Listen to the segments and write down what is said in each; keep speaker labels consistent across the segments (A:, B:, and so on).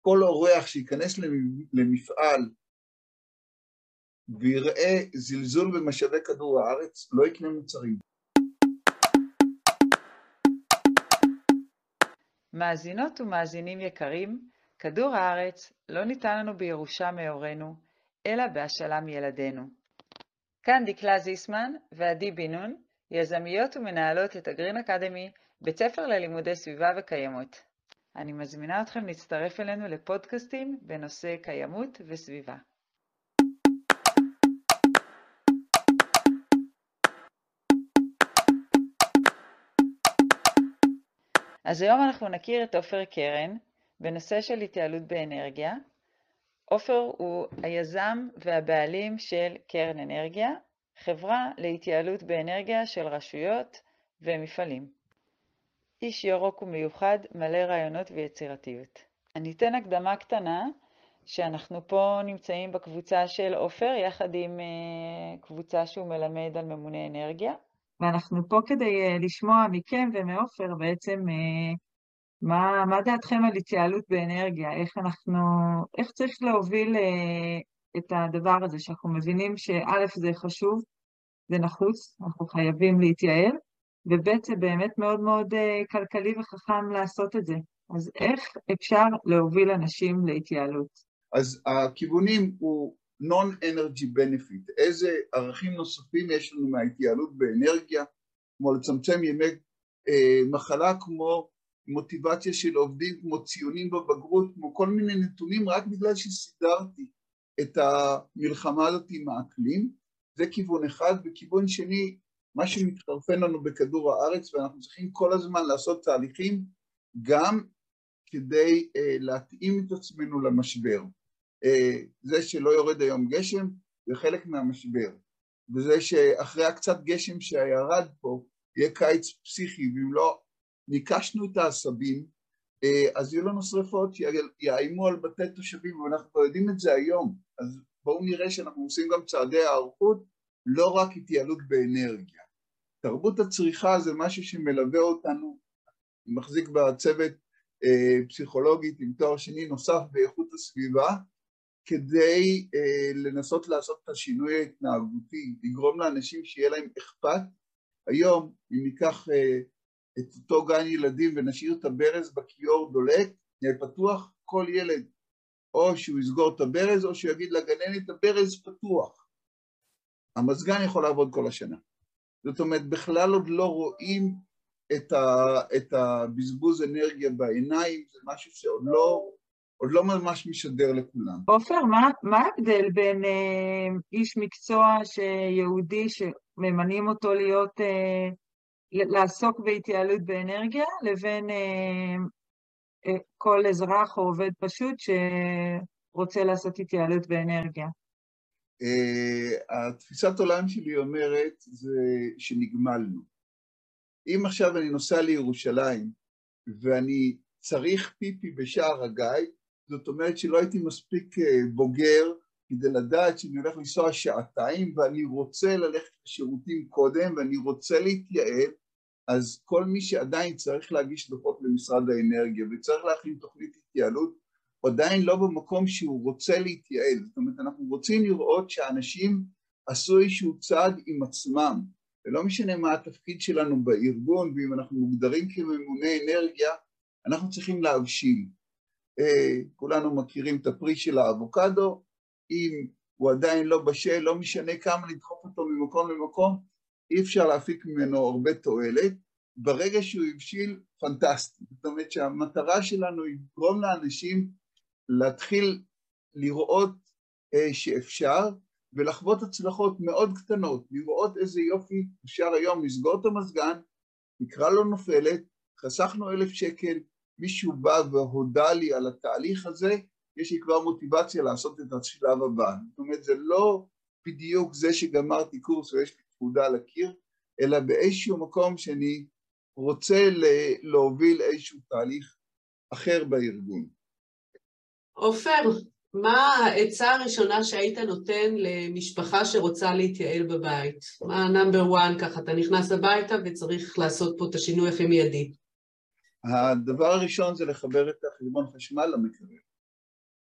A: כל אורח שיכנס למפעל ויראה זלזול במשאבי כדור הארץ, לא יקנה מוצרים.
B: מאזינות ומאזינים יקרים, כדור הארץ לא ניתן לנו בירושה מהורינו, אלא בהשאלה מילדינו. כאן דקלה זיסמן ועדי בן-נון, יזמיות ומנהלות את הגרין אקדמי, בית ספר ללימודי סביבה וקיימות. אני מזמינה אתכם להצטרף אלינו לפודקאסטים בנושא קיימות וסביבה. אז היום אנחנו נכיר את עופר קרן בנושא של התייעלות באנרגיה. עופר הוא היזם והבעלים של קרן אנרגיה, חברה להתייעלות באנרגיה של רשויות ומפעלים. איש ירוק ומיוחד, מלא רעיונות ויצירתיות. אני אתן הקדמה קטנה שאנחנו פה נמצאים בקבוצה של עופר יחד עם קבוצה שהוא מלמד על ממוני אנרגיה. ואנחנו פה כדי לשמוע מכם ומעופר בעצם מה דעתכם על התייעלות באנרגיה, איך צריך להוביל את הדבר הזה, שאנחנו מבינים שא' זה חשוב, זה נחוץ, אנחנו חייבים להתייעל, וב' זה באמת מאוד מאוד כלכלי וחכם לעשות את זה. אז איך אפשר להוביל אנשים להתייעלות?
A: אז הכיוונים הוא non-energy benefit, איזה ערכים נוספים יש לנו מההתייעלות באנרגיה, כמו לצמצם ימי מחלה, כמו מוטיבציה של עובדים, כמו ציונים בבגרות, כמו כל מיני נתונים, רק בגלל שסידרתי את המלחמה הזאת עם האקלים. זה כיוון אחד. וכיוון שני, מה שמתחרפן לנו בכדור הארץ, ואנחנו צריכים כל הזמן לעשות תהליכים גם כדי להתאים את עצמנו למשבר. זה שלא יורד היום גשם זה חלק מהמשבר, וזה שאחרי הקצת גשם שירד פה יהיה קיץ פסיכי, ואם לא ניקשנו את העשבים אז יהיו לנו שריפות שיאיימו על בתי תושבים, ואנחנו יודעים את זה היום. אז בואו נראה שאנחנו עושים גם צעדי הערכות, לא רק התייעלות באנרגיה. תרבות הצריכה זה משהו שמלווה אותנו, אני מחזיק בצוות פסיכולוגית עם תואר שני נוסף באיכות הסביבה, כדי לנסות לעשות את השינוי ההתנהגותי, לגרום לאנשים שיהיה להם אכפת. היום אם ניקח את אותו גן ילדים ונשאיר את הברז בכיור דולק, יהיה פתוח, כל ילד או שהוא יסגור את הברז או שהוא יגיד לגננת הברז פתוח. המזגן יכול לעבוד כל השנה. זאת אומרת, בכלל עוד לא רואים את הבזבוז אנרגיה בעיניים, זה משהו שעוד לא ממש משדר לכולם.
B: עופר, מה ההבדל בין איש מקצוע שיהודי שממנים אותו לעסוק בהתייעלות באנרגיה, לבין כל אזרח או עובד פשוט שרוצה לעשות התייעלות באנרגיה?
A: התפיסת עולם שלי אומרת זה שנגמלנו. אם עכשיו אני נוסע לירושלים ואני צריך פיפי בשער הגיא, זאת אומרת שלא הייתי מספיק בוגר כדי לדעת שאני הולך לנסוע שעתיים ואני רוצה ללכת לשירותים קודם ואני רוצה להתייעל, אז כל מי שעדיין צריך להגיש דוחות למשרד האנרגיה וצריך להכין תוכנית התייעלות, עדיין לא במקום שהוא רוצה להתייעל. זאת אומרת, אנחנו רוצים לראות שאנשים עשו איזשהו צעד עם עצמם, ולא משנה מה התפקיד שלנו בארגון, ואם אנחנו מוגדרים כממוני אנרגיה, אנחנו צריכים להבשיל. כולנו מכירים את הפרי של האבוקדו, אם הוא עדיין לא בשל, לא משנה כמה לדחוף אותו ממקום למקום, אי אפשר להפיק ממנו הרבה תועלת. ברגע שהוא יבשיל, פנטסטי. זאת אומרת שהמטרה שלנו היא לגרום לאנשים להתחיל לראות שאפשר, ולחוות הצלחות מאוד קטנות, לראות איזה יופי אפשר היום לסגור את המזגן, נקרא לו נופלת, חסכנו 1,000 שקל, מישהו בא והודע לי על התהליך הזה, יש לי כבר מוטיבציה לעשות את השלב הבא. זאת אומרת, זה לא בדיוק זה שגמרתי קורס ויש לי תעודה על הקיר, אלא באיזשהו מקום שאני רוצה להוביל איזשהו תהליך אחר בארגון.
C: עופר, מה העצה הראשונה שהיית נותן למשפחה שרוצה להתייעל בבית? מה נאמבר 1 ככה, אתה נכנס הביתה וצריך לעשות פה את השינוי הכי מיידי?
A: הדבר הראשון זה לחבר את החשבון חשמל למקרר.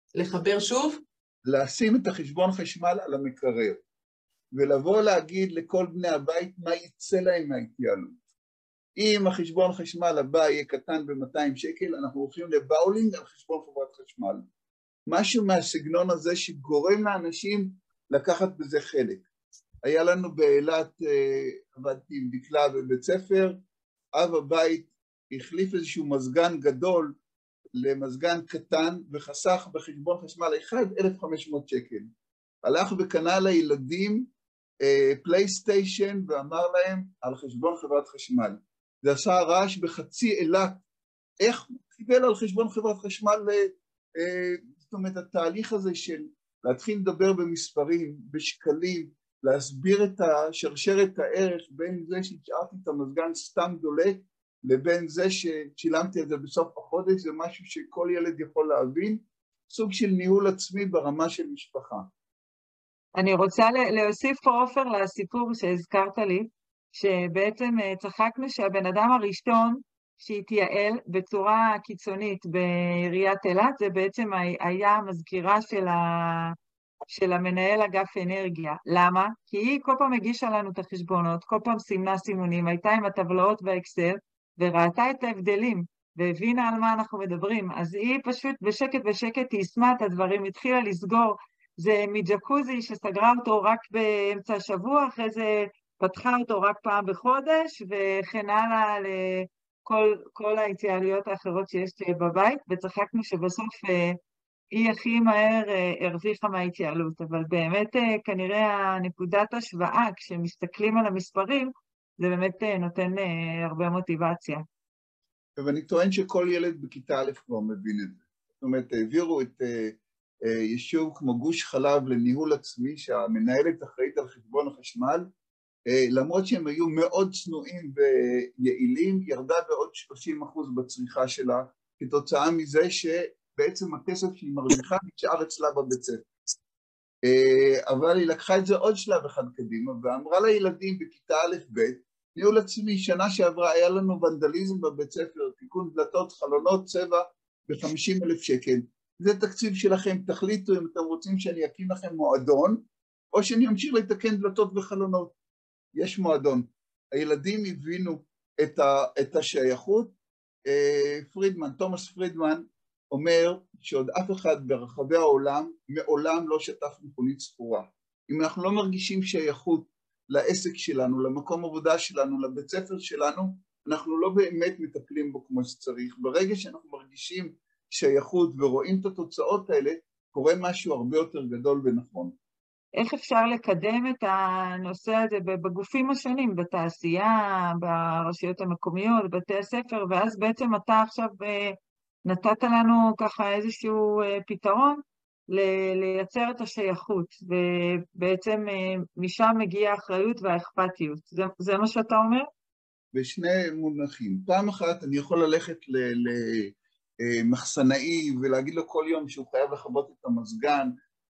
C: לחבר שוב?
A: לשים את החשבון חשמל על המקרר, ולבוא להגיד לכל בני הבית מה יצא להם מההתייעלות. אם החשבון חשמל הבא יהיה קטן ב-200 שקל, אנחנו הולכים לבאולינג על חשבון חברת חשמל. משהו מהסגנון הזה שגורם לאנשים לקחת בזה חלק. היה לנו באילת, עבדתי עם דקלה בבית ספר, אב הבית החליף איזשהו מזגן גדול למזגן קטן וחסך בחשבון חשמל אחד 1,500 שקל. הלך וקנה לילדים פלייסטיישן ואמר להם על חשבון חברת חשמל. זה עשה רעש בחצי אילת. איך קיבל על חשבון חברת חשמל? זאת אומרת, התהליך הזה של להתחיל לדבר במספרים, בשקלים, להסביר את שרשרת הערך בין זה שהשארתי את המזגן סתם דולק, לבין זה ששילמתי את זה בסוף החודש, זה משהו שכל ילד יכול להבין, סוג של ניהול עצמי ברמה של משפחה.
B: אני רוצה להוסיף פה עופר לסיפור שהזכרת לי, שבעצם צחקנו שהבן אדם הראשון שהתייעל בצורה קיצונית בעיריית אילת, זה בעצם היה המזכירה של המנהל אגף אנרגיה. למה? כי היא כל פעם הגישה לנו את החשבונות, כל פעם סימנה סימונים, הייתה עם הטבלאות והאקסל, וראתה את ההבדלים, והבינה על מה אנחנו מדברים. אז היא פשוט בשקט בשקט יישמה את הדברים, התחילה לסגור, זה מג'קוזי שסגרה אותו רק באמצע השבוע, אחרי זה פתחה אותו רק פעם בחודש, וכן הלאה לכל ההתייעלויות האחרות שיש בבית, וצחקנו שבסוף היא הכי מהר הרוויחה מההתייעלות, אבל באמת כנראה הנקודת השוואה, כשמסתכלים על המספרים, זה באמת נותן הרבה מוטיבציה.
A: ואני טוען שכל ילד בכיתה א' כבר מבין את זה. זאת אומרת, העבירו את יישוב כמו גוש חלב לניהול עצמי, שהמנהלת אחראית על חשבון החשמל, למרות שהם היו מאוד צנועים ויעילים, ירדה בעוד 30% בצריכה שלה, כתוצאה מזה שבעצם הכסף שהיא מרוויחה נשאר אצלה בבית ספר. אבל היא לקחה את זה עוד שלב אחד קדימה, ואמרה לילדים בכיתה א' ב', ניהול עצמי, שנה שעברה היה לנו ונדליזם בבית ספר, תיקון דלתות, חלונות, צבע, ב-50,000 שקל. זה תקציב שלכם, תחליטו אם אתם רוצים שאני אקים לכם מועדון, או שאני אמשיך לתקן דלתות וחלונות. יש מועדון. הילדים הבינו את השייכות. תומאס פרידמן אומר שעוד אף אחד ברחבי העולם מעולם לא שטף מכונית סחורה. אם אנחנו לא מרגישים שייכות לעסק שלנו, למקום עבודה שלנו, לבית ספר שלנו, אנחנו לא באמת מטפלים בו כמו שצריך. ברגע שאנחנו מרגישים שייכות ורואים את התוצאות האלה, קורה משהו הרבה יותר גדול ונכון.
B: איך אפשר לקדם את הנושא הזה בגופים השונים, בתעשייה, ברשויות המקומיות, בבתי הספר, ואז בעצם אתה עכשיו נתת לנו ככה איזשהו פתרון לייצר את השייכות, ובעצם משם מגיעה האחריות והאכפתיות. זה מה שאתה אומר?
A: בשני מונחים. פעם אחת אני יכול ללכת למחסנאי ולהגיד לו כל יום שהוא חייב לכבות את המזגן,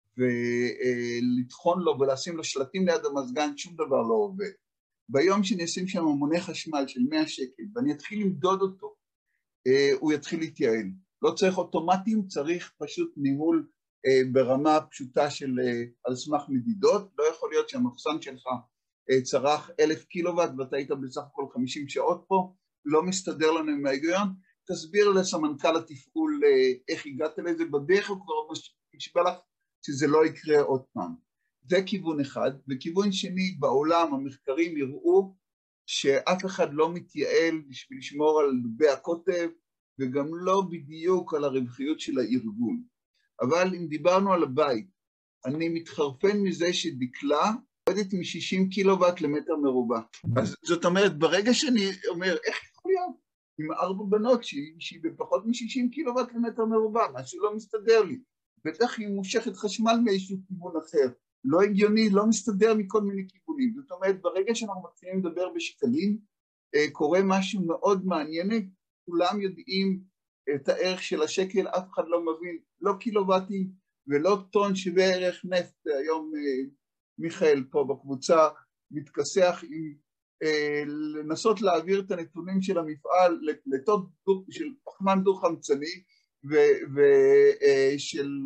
A: ולטחון לו ולשים לו שלטים ליד המזגן, שום דבר לא עובד. ביום שאני אשים שם מונה חשמל של 100 שקל, ואני אתחיל למדוד אותו, הוא יתחיל להתייעל. לא צריך אוטומטים, צריך פשוט ניהול ברמה פשוטה של על סמך מדידות. לא יכול להיות שהמחסן שלך צרך 1,000 קילוואט, ואתה היית בסך הכל 50 שעות פה, לא מסתדר לנו עם ההיגיון. תסביר לסמנכ"ל התפעול איך הגעת לזה, בדרך הוא כבר משבע לך שזה לא יקרה עוד פעם. זה כיוון אחד. וכיוון שני, בעולם המחקרים יראו שאף אחד לא מתייעל בשביל לשמור על דבי הקוטב, וגם לא בדיוק על הרווחיות של הארגון. אבל אם דיברנו על הבית, אני מתחרפן מזה שדקלה עובדת מ-60 קילוואט למטר מרובע. אז זאת אומרת, ברגע שאני אומר, איך יכול להיות? עם 4 בנות שהיא בפחות מ-60 קילוואט למטר מרובע, משהו לא מסתדר לי. בטח היא מושכת חשמל מאיזשהו כיוון אחר. לא הגיוני, לא מסתדר מכל מיני כיוונים. זאת אומרת, ברגע שאנחנו מתחילים לדבר בשקלים, קורה משהו מאוד מעניין. כולם יודעים את הערך של השקל, אף אחד לא מבין, לא קילוואטים ולא טון שווה ערך נפט. היום מיכאל פה בקבוצה מתכסח עם לנסות להעביר את הנתונים של המפעל לטון של פחמן דו-חמצני ושל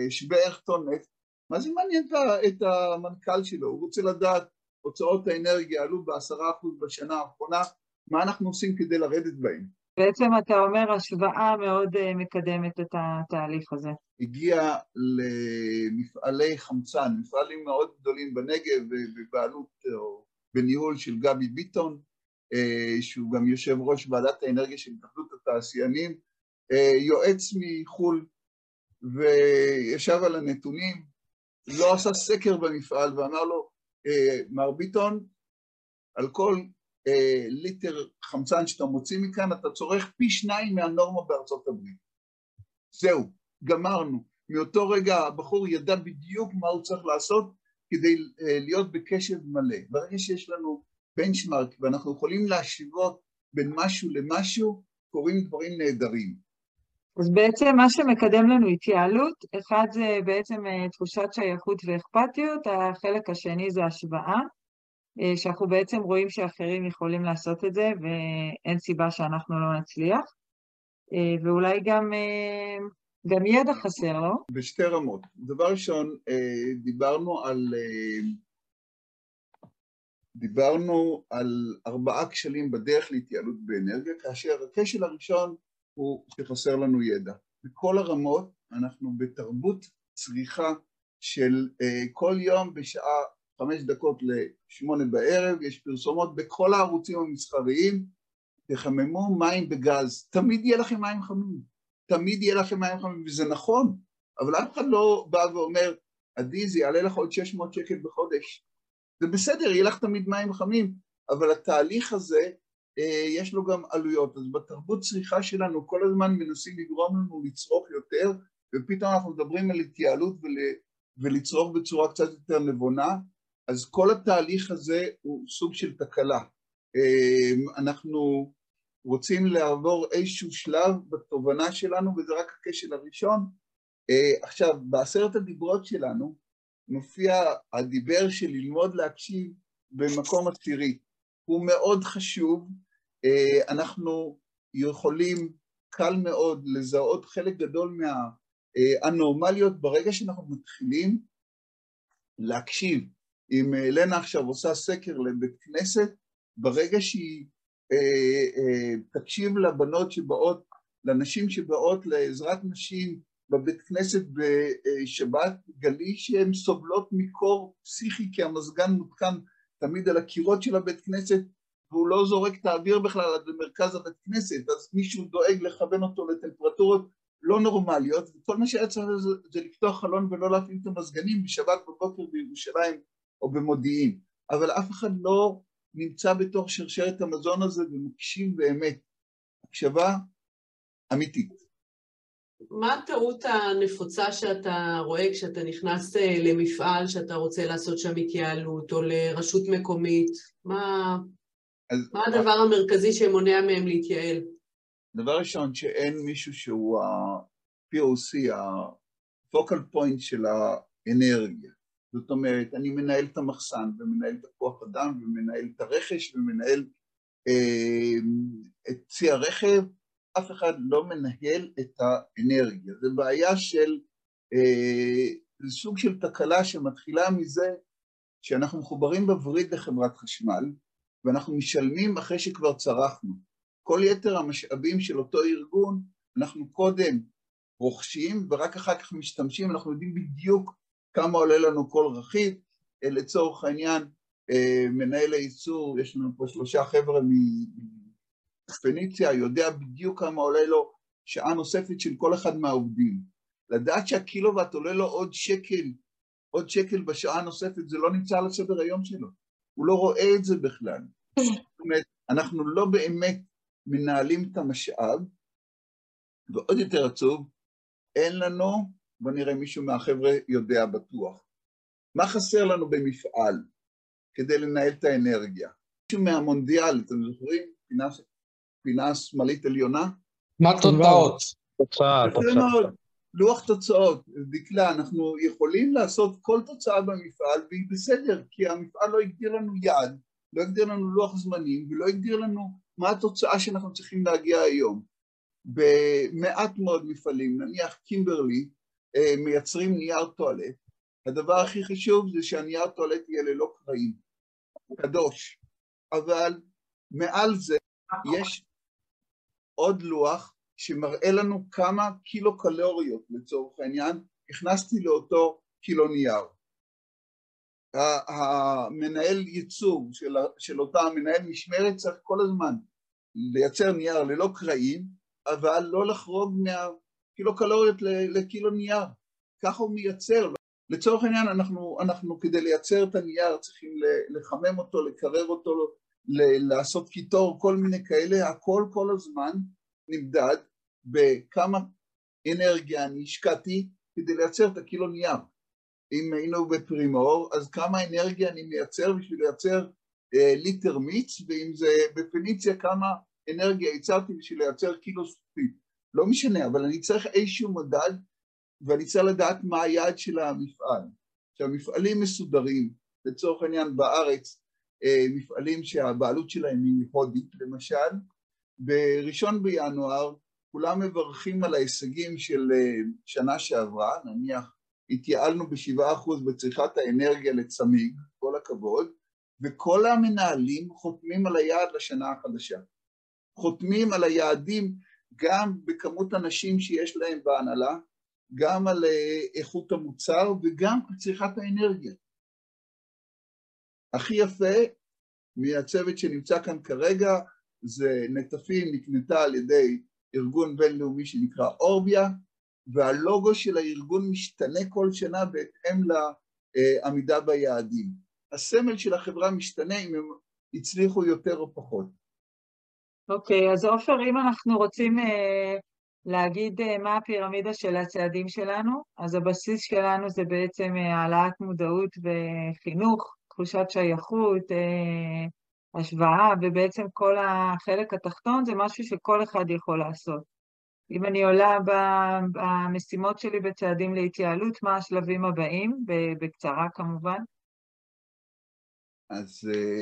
A: שווה ערך טון נפט, מה זה מעניין את המנכ"ל שלו? הוא רוצה לדעת הוצאות האנרגיה עלו ב10% בשנה האחרונה, מה אנחנו עושים כדי לרדת בהם?
B: בעצם אתה אומר השוואה מאוד מקדמת את התהליך הזה.
A: הגיע למפעלי חמצן, מפעלים מאוד גדולים בנגב בבעלות או בניהול של גבי ביטון, שהוא גם יושב ראש ועדת האנרגיה של התאחדות התעשיינים, יועץ מחול וישב על הנתונים, לא עשה סקר במפעל ואמר לו, מר ביטון, על כל ליטר חמצן שאתה מוציא מכאן, אתה צורך פי 2 מהנורמה בארצות הברית. זהו, גמרנו. מאותו רגע הבחור ידע בדיוק מה הוא צריך לעשות כדי להיות בקשב מלא. ברגע שיש לנו בנצ'מרק ואנחנו יכולים להשוות בין משהו למשהו, קורים דברים נהדרים.
B: אז בעצם מה שמקדם לנו התייעלות, אחד זה בעצם תחושת שייכות ואכפתיות, החלק השני זה השוואה, שאנחנו בעצם רואים שאחרים יכולים לעשות את זה, ואין סיבה שאנחנו לא נצליח, ואולי גם ידע חסר, לא?
A: בשתי רמות. דבר ראשון, דיברנו על 4 כשלים בדרך להתייעלות באנרגיה, כאשר הכשל הראשון הוא שחסר לנו ידע. בכל הרמות אנחנו בתרבות צריכה של כל יום בשעה 5 דקות ל8 בערב, יש פרסומות בכל הערוצים המסחריים, תחממו מים בגז, תמיד יהיה לכם מים חמים, תמיד יהיה לכם מים חמים, וזה נכון, אבל אף אחד לא בא ואומר, עדי, זה יעלה לך עוד 600 שקל בחודש, זה בסדר, יהיה לך תמיד מים חמים, אבל התהליך הזה, יש לו גם עלויות, אז בתרבות צריכה שלנו כל הזמן מנסים לגרום לנו לצרוך יותר, ופתאום אנחנו מדברים על התייעלות ולצרוך בצורה קצת יותר נבונה, אז כל התהליך הזה הוא סוג של תקלה. אנחנו רוצים לעבור איזשהו שלב בתובנה שלנו, וזה רק הכשל הראשון. עכשיו, ב10 הדיברות שלנו, מופיע הדיבר של ללמוד להקשיב במקום 10. הוא מאוד חשוב, אנחנו יכולים קל מאוד לזהות חלק גדול מהאנורמליות ברגע שאנחנו מתחילים להקשיב. אם לנה עכשיו עושה סקר לבית כנסת, ברגע שהיא תקשיב לבנות שבאות, לנשים שבאות לעזרת נשים בבית כנסת בשבת, גלי שהן סובלות מקור פסיכי, כי המזגן מותקן תמיד על הקירות של הבית כנסת, והוא לא זורק את האוויר בכלל עד למרכז הבית כנסת, אז מישהו דואג לכוון אותו לטמפרטורות לא נורמליות, וכל מה שהיה צריך זה לפתוח חלון ולא להפעיל את המזגנים בשבת בבוקר בירושלים או במודיעין, אבל אף אחד לא נמצא בתוך שרשרת המזון הזה ומקשיב באמת, הקשבה אמיתית.
C: מה הטעות הנפוצה שאתה רואה כשאתה נכנס למפעל שאתה רוצה לעשות שם התייעלות או לרשות מקומית? מה הדבר המרכזי שמונע מהם להתייעל?
A: דבר ראשון, שאין מישהו שהוא ה-POC, ה-Focal Point של האנרגיה. זאת אומרת, אני מנהל את המחסן ומנהל את הכוח אדם ומנהל את הרכש ומנהל את צי הרכב, אף אחד לא מנהל את האנרגיה. זה בעיה של, זה סוג של תקלה שמתחילה מזה שאנחנו מחוברים בווריד לחברת חשמל, ואנחנו משלמים אחרי שכבר צרכנו. כל יתר המשאבים של אותו ארגון, אנחנו קודם רוכשים ורק אחר כך משתמשים, אנחנו יודעים בדיוק כמה עולה לנו כל רכיב. לצורך העניין, מנהל הייצור, יש לנו פה 3 חבר'ה פניציה, יודע בדיוק כמה עולה לו שעה נוספת של כל אחד מהעובדים. לדעת שהקילוואט עולה לו עוד שקל בשעה נוספת, זה לא נמצא על הסדר היום שלו. הוא לא רואה את זה בכלל. זאת אומרת, אנחנו לא באמת מנהלים את המשאב, ועוד יותר עצוב, אין לנו, בוא נראה מישהו מהחבר'ה יודע בטוח. מה חסר לנו במפעל כדי לנהל את האנרגיה? מישהו מהמונדיאל, אתם זוכרים? פינה שמאלית עליונה?
D: מה תוצאות? תוצאה.
A: לוח תוצאות, דקלה, אנחנו יכולים לעשות כל תוצאה במפעל והיא בסדר, כי המפעל לא הגדיר לנו יעד, לא הגדיר לנו לוח זמנים ולא הגדיר לנו מה התוצאה שאנחנו צריכים להגיע היום. במעט מאוד מפעלים, נניח קימברלי, מייצרים נייר טואלט, הדבר הכי חשוב זה שהנייר טואלט יהיה ללא קרעים, קדוש, אבל מעל זה יש עוד לוח שמראה לנו כמה קילו קלוריות לצורך העניין הכנסתי לאותו קילו נייר. המנהל ייצור של אותה מנהל משמרת צריך כל הזמן לייצר נייר ללא קרעים, אבל לא לחרוג מהקילו קלוריות לקילו נייר. ככה הוא מייצר. לצורך העניין אנחנו כדי לייצר את הנייר צריכים לחמם אותו, לקרר אותו, לעשות קיטור, כל מיני כאלה, הכל כל הזמן נמדד בכמה אנרגיה אני השקעתי כדי לייצר את הקילו נייר. אם היינו בפרימור, אז כמה אנרגיה אני מייצר בשביל לייצר ליטר מיץ, ואם זה בפניציה כמה אנרגיה ייצרתי בשביל לייצר קילו סופית. לא משנה, אבל אני צריך איזשהו מדד, ואני צריך לדעת מה היעד של המפעל. שהמפעלים מסודרים, לצורך העניין בארץ, מפעלים שהבעלות שלהם היא הודית, למשל, בראשון בינואר, כולם מברכים על ההישגים של שנה שעברה, נניח, התייעלנו ב7% בצריכת האנרגיה לצמיג, כל הכבוד, וכל המנהלים חותמים על היעד לשנה החדשה. חותמים על היעדים גם בכמות אנשים שיש להם בהנהלה, גם על איכות המוצר וגם על צריכת האנרגיה. הכי יפה מהצוות שנמצא כאן כרגע, זה נטפים נקנתה על ידי ארגון בינלאומי שנקרא אורביה, והלוגו של הארגון משתנה כל שנה בהתאם לעמידה ביעדים. הסמל של החברה משתנה אם הם הצליחו יותר או פחות.
B: אוקיי, אז עופר, אם אנחנו רוצים להגיד מה הפירמידה של הצעדים שלנו, אז הבסיס שלנו זה בעצם העלאת מודעות וחינוך, תחושת שייכות, השוואה, ובעצם כל החלק התחתון זה משהו שכל אחד יכול לעשות. אם אני עולה במשימות שלי בצעדים להתייעלות, מה השלבים הבאים? בקצרה כמובן.
A: אז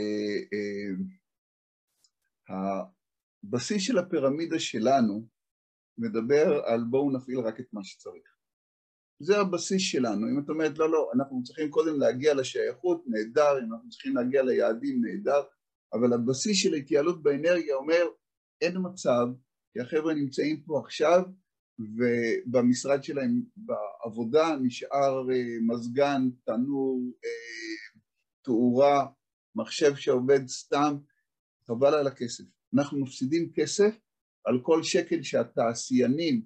A: הבסיס של הפירמידה שלנו מדבר על בואו נפעיל רק את מה שצריך. זה הבסיס שלנו. אם את אומרת לא, אנחנו צריכים קודם להגיע לשייכות, נהדר, אם אנחנו צריכים להגיע ליעדים, נהדר, אבל הבסיס של התייעלות באנרגיה אומר אין מצב, כי החבר'ה נמצאים פה עכשיו, ובמשרד שלהם בעבודה נשאר מזגן, תנור, תאורה, מחשב שעובד סתם, חבל על הכסף. אנחנו מפסידים כסף על כל שקל שהתעשיינים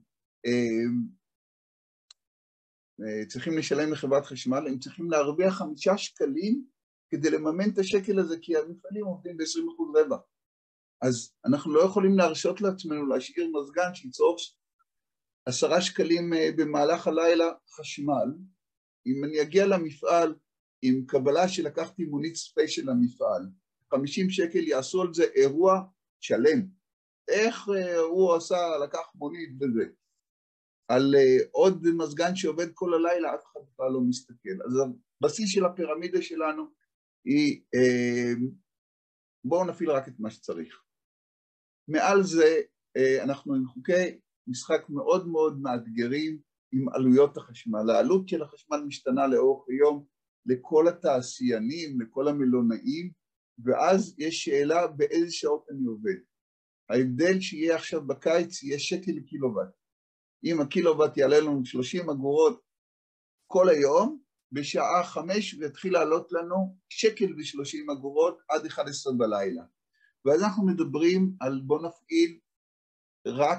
A: צריכים לשלם לחברת חשמל, הם צריכים להרוויח 5 שקלים כדי לממן את השקל הזה, כי המפעלים עובדים ב-20% רווח. אז אנחנו לא יכולים להרשות לעצמנו להשאיר מזגן שיצרוך 10 שקלים במהלך הלילה חשמל. אם אני אגיע למפעל עם קבלה שלקחתי מונית ספיישל למפעל, 50 שקל יעשו על זה אירוע שלם. איך הוא עשה, לקח מונית וזה. על עוד מזגן שעובד כל הלילה, אף אחד בכלל לא מסתכל. אז הבסיס של הפירמידה שלנו היא, בואו נפעיל רק את מה שצריך. מעל זה אנחנו עם חוקי משחק מאוד מאוד מאתגרים עם עלויות החשמל. העלות של החשמל משתנה לאורך היום לכל התעשיינים, לכל המלונאים, ואז יש שאלה באיזה שעות אני עובד. ההבדל שיהיה עכשיו בקיץ יהיה שקל לקילוואט. אם הקילוואט יעלה לנו 30 אגורות כל היום, בשעה 5 יתחיל לעלות לנו שקל ו30 אגורות עד 11 בלילה. ואז אנחנו מדברים על בוא נפעיל רק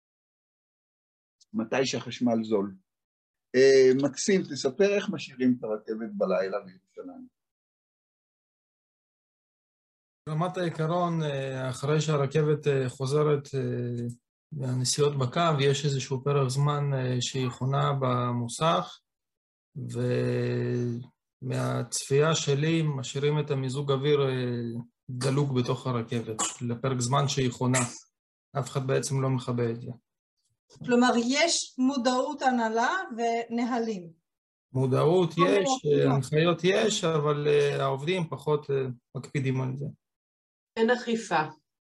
A: מתי שהחשמל זול. מקסים, תספר איך משאירים את הרכבת בלילה בירושלים.
D: ברמת העיקרון, אחרי שהרכבת חוזרת מהנסיעות בקו, יש איזשהו פרק זמן שהיא חונה במוסך, ומהצפייה שלי משאירים את המיזוג אוויר דלוק בתוך הרכבת, לפרק זמן שהיא חונה. אף אחד בעצם לא מכבה את זה.
E: כלומר, יש מודעות הנהלה ונהלים.
D: מודעות יש, הנחיות יש, אבל העובדים פחות מקפידים על זה.
C: אין אכיפה.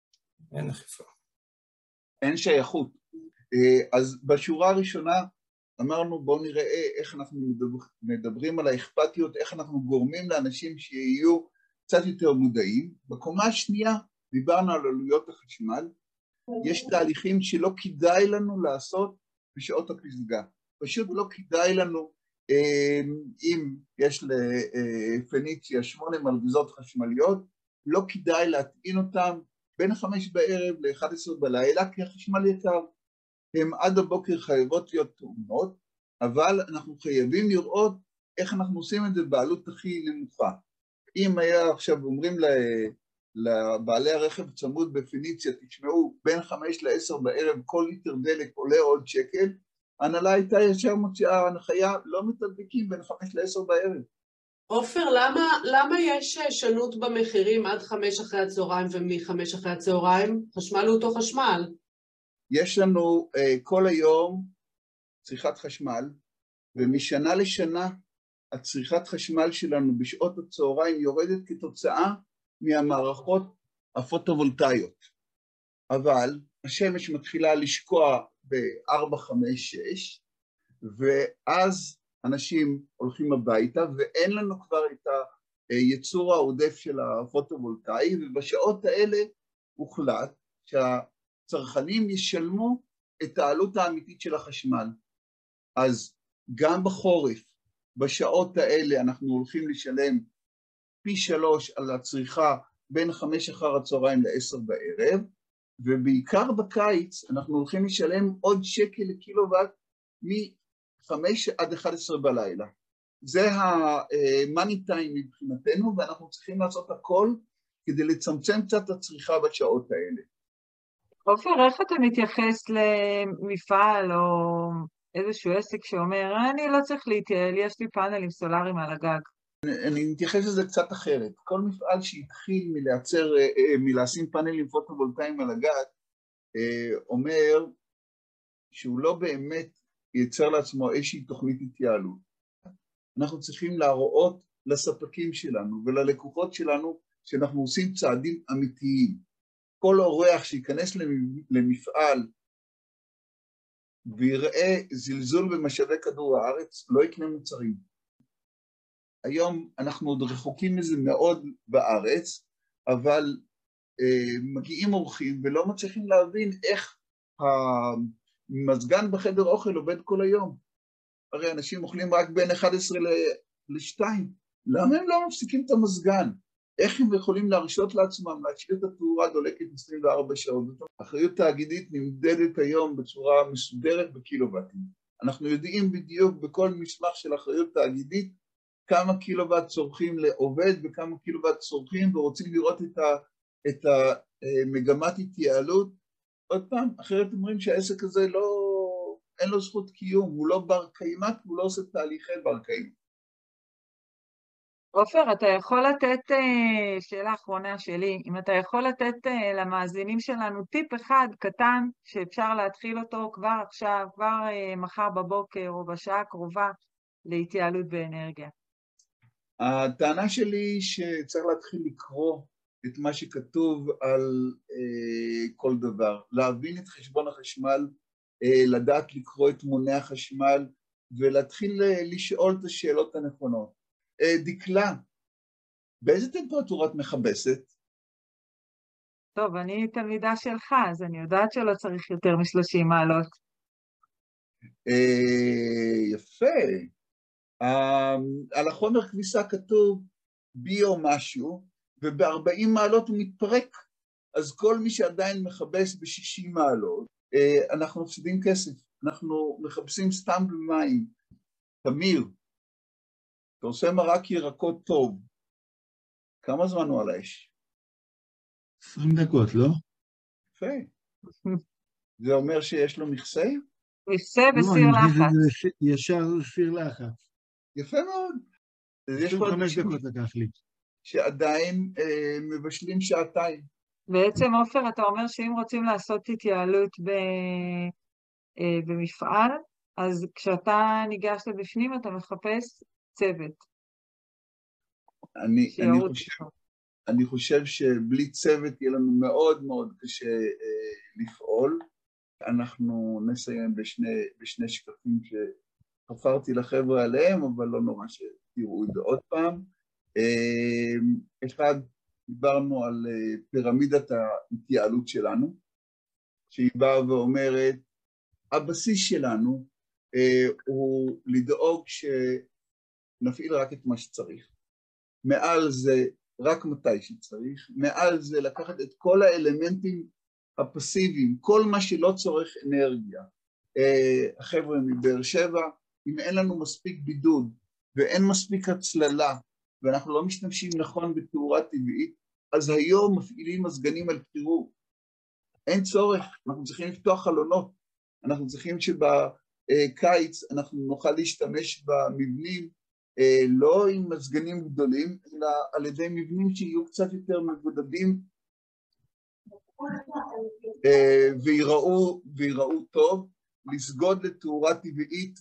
D: אין אכיפה.
A: אין שייכות. אז בשורה הראשונה אמרנו בואו נראה איך אנחנו מדברים על האכפתיות, איך אנחנו גורמים לאנשים שיהיו קצת יותר מודעים. בקומה השנייה דיברנו על עלויות החשמל, יש תהליכים שלא כדאי לנו לעשות בשעות הפסגה, פשוט לא כדאי לנו, אם יש לפניציה 8 מלגזות חשמליות, לא כדאי להטעין אותם בין 5 בערב ל-11 בלילה, כי החשמל יקר. הם עד הבוקר חייבות להיות טעונות, אבל אנחנו חייבים לראות איך אנחנו עושים את זה בעלות הכי נמוכה. אם היה עכשיו אומרים לבעלי הרכב צמוד בפניציה, תשמעו, בין 5 ל-10 בערב כל ליטר דלק עולה עוד שקל, ההנהלה הייתה ישר מוציאה הנחיה, לא מתדלקים בין 5 ל-10 בערב.
C: עופר, למה יש שונות במחירים עד 5 אחרי הצהריים ומ-5 אחרי הצהריים? חשמל הוא אותו חשמל.
A: יש לנו כל היום צריכת חשמל, ומשנה לשנה הצריכת חשמל שלנו בשעות הצהריים יורדת כתוצאה מהמערכות הפוטו-וולטאיות. אבל השמש מתחילה לשקוע ב-4, 5, 6, ואז אנשים הולכים הביתה, ואין לנו כבר את היצור העודף של הפוטו-וולטאי, ובשעות האלה הוחלט שהצרכנים ישלמו את העלות האמיתית של החשמל. אז גם בחורף, בשעות האלה אנחנו הולכים לשלם פי 3 על הצריכה בין 5 אחר הצהריים ל-10 בערב, ובעיקר בקיץ אנחנו הולכים לשלם עוד שקל לקילוואט מ-5 עד 11 בלילה. זה ה-money time מבחינתנו, ואנחנו צריכים לעשות הכל כדי לצמצם קצת את הצריכה בשעות האלה.
B: עופר, איך אתה מתייחס למפעל או איזשהו עסק שאומר, אני לא צריך להתייעל, יש לי פאנלים סולאריים על הגג?
A: אני מתייחס לזה קצת אחרת. כל מפעל שהתחיל מלשים פאנלים פוטו-וולטאיים על הגג, אומר שהוא לא באמת ייצר לעצמו איזושהי תוכנית התייעלות. אנחנו צריכים להראות לספקים שלנו וללקוחות שלנו שאנחנו עושים צעדים אמיתיים. כל אורח שייכנס למפעל ויראה זלזול במשאבי כדור הארץ, לא יקנה מוצרים. היום אנחנו עוד רחוקים מזה מאוד בארץ, אבל מגיעים אורחים ולא מצליחים להבין איך המזגן בחדר אוכל עובד כל היום. הרי אנשים אוכלים רק בין 11 ל-2. למה הם לא מפסיקים את המזגן? איך הם יכולים להרשות לעצמם להשאיר את התאורה דולקת 24 שעות? אחריות תאגידית נמדדת היום בצורה מסודרת בקילוואטים. אנחנו יודעים בדיוק בכל מסמך של אחריות תאגידית כמה קילוואט צורכים לעובד וכמה קילוואט צורכים, ורוצים לראות את המגמת התייעלות. עוד פעם, אחרת אומרים שהעסק הזה אין לו זכות קיום, הוא לא בר קיימא, הוא לא עושה תהליכי בר קיימא.
B: עופר, אתה יכול לתת, שאלה אחרונה שלי, אם אתה יכול לתת למאזינים שלנו טיפ אחד קטן שאפשר להתחיל אותו כבר עכשיו, כבר מחר בבוקר או בשעה הקרובה להתייעלות באנרגיה.
A: הטענה שלי שצריך להתחיל לקרוא את מה שכתוב על כל דבר, להבין את חשבון החשמל, לדעת לקרוא את מוני החשמל ולהתחיל לשאול את השאלות הנכונות. דקלה, באיזה טמפרטורה את מכבסת?
B: טוב, אני תלמידה שלך, אז אני יודעת שלא צריך יותר מ-30 מעלות.
A: יפה. על החומר כביסה כתוב ביו משהו, וב-40 מעלות הוא מתפרק. אז כל מי שעדיין מכבס ב-60 מעלות, אנחנו מפסידים כסף. אנחנו מחפשים סתם במים. תמיר, אתה עושה מרק ירקות טוב. כמה זמן הוא על האש?
F: 20 דקות, לא?
A: יפה. זה אומר שיש לו מכסה?
B: מכסה וסיר לחץ.
F: ישר סיר לחץ.
A: יפה מאוד.
F: 25 דקות לקח לי.
A: שעדיין מבשלים שעתיים.
B: בעצם, עופר, אתה אומר שאם רוצים לעשות התייעלות במפעל, אז כשאתה ניגש לבפנים אתה מחפש צוות.
A: אני חושב שבלי צוות יהיה לנו מאוד מאוד קשה לפעול. אנחנו נסיים בשני שקפים חפרתי לחבר'ה עליהם, אבל לא נורא שתראו את זה עוד פעם. אחד, דיברנו על פירמידת ההתייעלות שלנו, שהיא באה ואומרת, הבסיס שלנו הוא לדאוג שנפעיל רק את מה שצריך. מעל זה רק מתי שצריך, מעל זה לקחת את כל האלמנטים הפסיביים, כל מה שלא צורך אנרגיה. החבר'ה מבאר שבע, אם אין לנו מספיק בידוד ואין מספיק הצללה, ואנחנו לא משתמשים נכון בתאורה טבעית, אז היום מפעילים מזגנים על קירור. אין צורך, אנחנו צריכים לפתוח חלונות, אנחנו צריכים שבקיץ אנחנו נוכל להשתמש במבנים, לא עם מזגנים גדולים, אלא על ידי מבנים שיהיו קצת יותר מבודדים, ויראו טוב, לסגוד לתאורה טבעית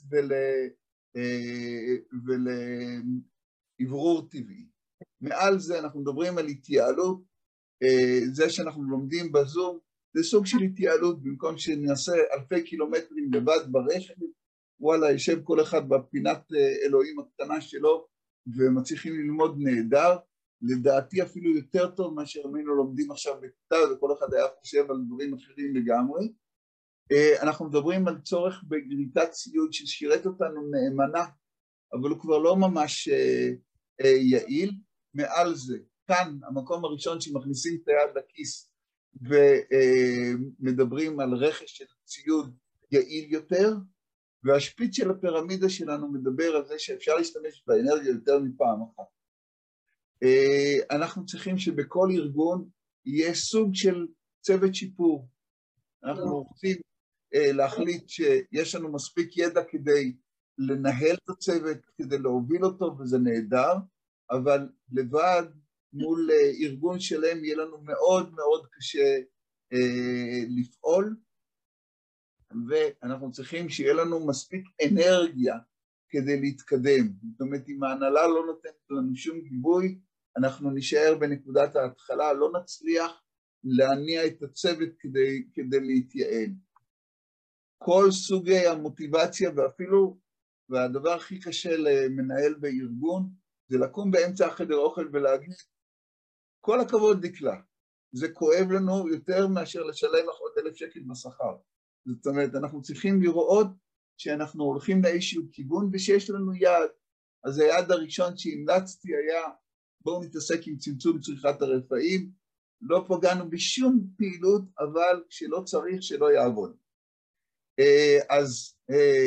A: ולעברור טבעי. מעל זה אנחנו מדברים על התייעלות, זה שאנחנו לומדים בזום, זה סוג של התייעלות, במקום שנעשה אלפי קילומטרים לבד ברכב, וואלה, יושב כל אחד בפינת אלוהים הקטנה שלו, ומצליחים ללמוד נהדר, לדעתי אפילו יותר טוב מאשר היינו לומדים עכשיו בכיתה, וכל אחד היה חושב על דברים אחרים לגמרי. אנחנו מדברים על צורך בגריטת ציוד ששירת אותנו נאמנה, אבל הוא כבר לא ממש יעיל. מעל זה, כאן המקום הראשון שמכניסים את היד לכיס, ומדברים על רכש של ציוד יעיל יותר, והשפיץ של הפירמידה שלנו מדבר על זה שאפשר להשתמש באנרגיה יותר מפעם אחת. אנחנו צריכים שבכל ארגון יהיה סוג של צוות שיפור. אנחנו רוצים להחליט שיש לנו מספיק ידע כדי לנהל את הצוות, כדי להוביל אותו, וזה נהדר, אבל לבד מול ארגון שלם יהיה לנו מאוד מאוד קשה לפעול, ואנחנו צריכים שיהיה לנו מספיק אנרגיה כדי להתקדם. זאת אומרת, אם ההנהלה לא נותנת לנו שום גיבוי, אנחנו נשאר בנקודת ההתחלה, לא נצליח להניע את הצוות כדי להתייעל. כל סוגי המוטיבציה, ואפילו, והדבר הכי קשה למנהל בארגון, זה לקום באמצע החדר אוכל ולהגיד, כל הכבוד דקלה, זה כואב לנו יותר מאשר לשלם לך עוד 1,000 שקל בשכר. זאת אומרת, אנחנו צריכים לראות שאנחנו הולכים לאיזשהו כיוון ושיש לנו יעד. אז היעד הראשון שהמלצתי היה, בואו נתעסק עם צמצום צריכת הרפאים, לא פגענו בשום פעילות, אבל כשלא צריך שלא יעבוד. אז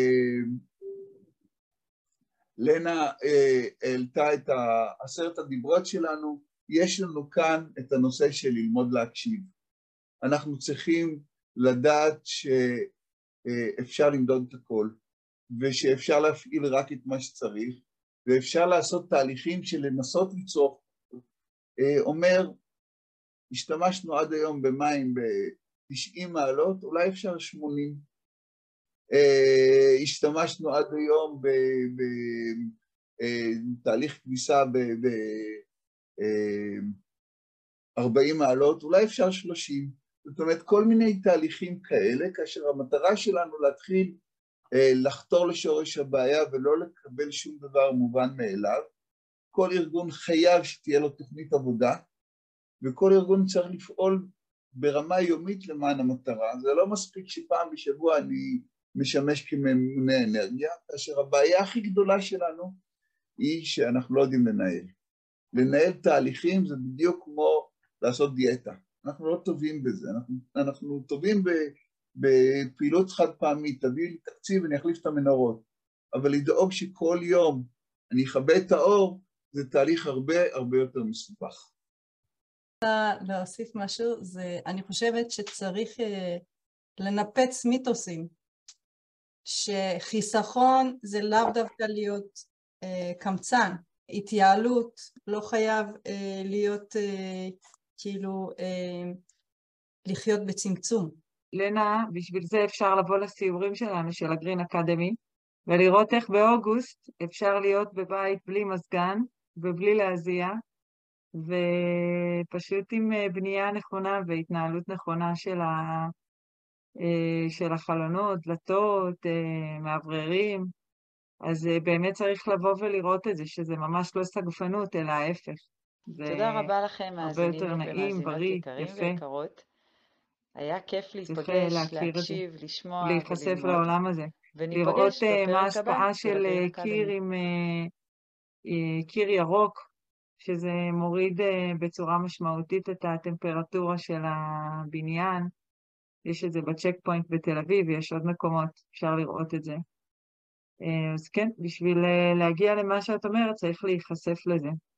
A: לנה העלתה את 10 הדיברות שלנו, יש לנו כאן את הנושא של ללמוד להקשיב. אנחנו צריכים לדעת שאפשר למדוד את הכל, ושאפשר להפעיל רק את מה שצריך, ואפשר לעשות תהליכים של לנסות ליצור. אומר, השתמשנו עד היום במים ב-90 מעלות, אולי אפשר 80. השתמשנו עד היום בתהליך כניסה ב-40 מעלות, אולי אפשר 30. זאת אומרת, כל מיני תהליכים כאלה, כאשר המטרה שלנו להתחיל לחתור לשורש הבעיה ולא לקבל שום דבר מובן מאליו. כל ארגון חייב שתהיה לו תוכנית עבודה, וכל ארגון צריך לפעול ברמה יומית למען המטרה. זה לא מספיק שפעם בשבוע אני משמש כממונה אנרגיה, כאשר הבעיה הכי גדולה שלנו היא שאנחנו לא יודעים לנהל. לנהל תהליכים זה בדיוק כמו לעשות דיאטה. אנחנו לא טובים בזה, אנחנו טובים בפעילות חד פעמית, תביא לי תקציב ואני אחליף את המנורות, אבל לדאוג שכל יום אני אכבה את האור, זה תהליך הרבה יותר מסובך.
E: להוסיף משהו, אני חושבת שצריך לנפץ מיתוסים, שחיסכון זה לאו דווקא להיות קמצן, התייעלות לא חייב להיות כאילו לחיות בצמצום.
B: לנה, בשביל זה אפשר לבוא לסיורים שלנו של הגרין אקדמי, ולראות איך באוגוסט אפשר להיות בבית בלי מזגן ובלי להזיע, ופשוט עם בנייה נכונה והתנהלות נכונה של החלונות, דלתות, מאווררים,
G: אז באמת צריך לבוא ולראות את זה, שזה ממש לא סגפנות, אלא ההפך.
B: תודה רבה לכם,
G: הרבה יותר
B: מאזינים
G: נעים,
B: ומאזינות
G: בריא,
B: יקרים
G: יפה.
B: ויקרות. היה כיף
G: צריך
B: להיפגש,
G: להכיר את זה,
B: להקשיב, לשמוע
G: להיחשף
B: וללמוד.
G: לעולם הזה. לראות
B: וניפגש
G: מה
B: בפרק הבא
G: ההשפעה
B: של
G: של
B: הגרין
G: קיר
B: אקדמי.
G: עם קיר ירוק, שזה מוריד בצורה משמעותית את הטמפרטורה של הבניין. יש את זה בצ'ק פוינט בתל אביב, יש עוד מקומות, אפשר לראות את זה. אז כן, בשביל להגיע למה שאת אומרת, צריך להיחשף לזה.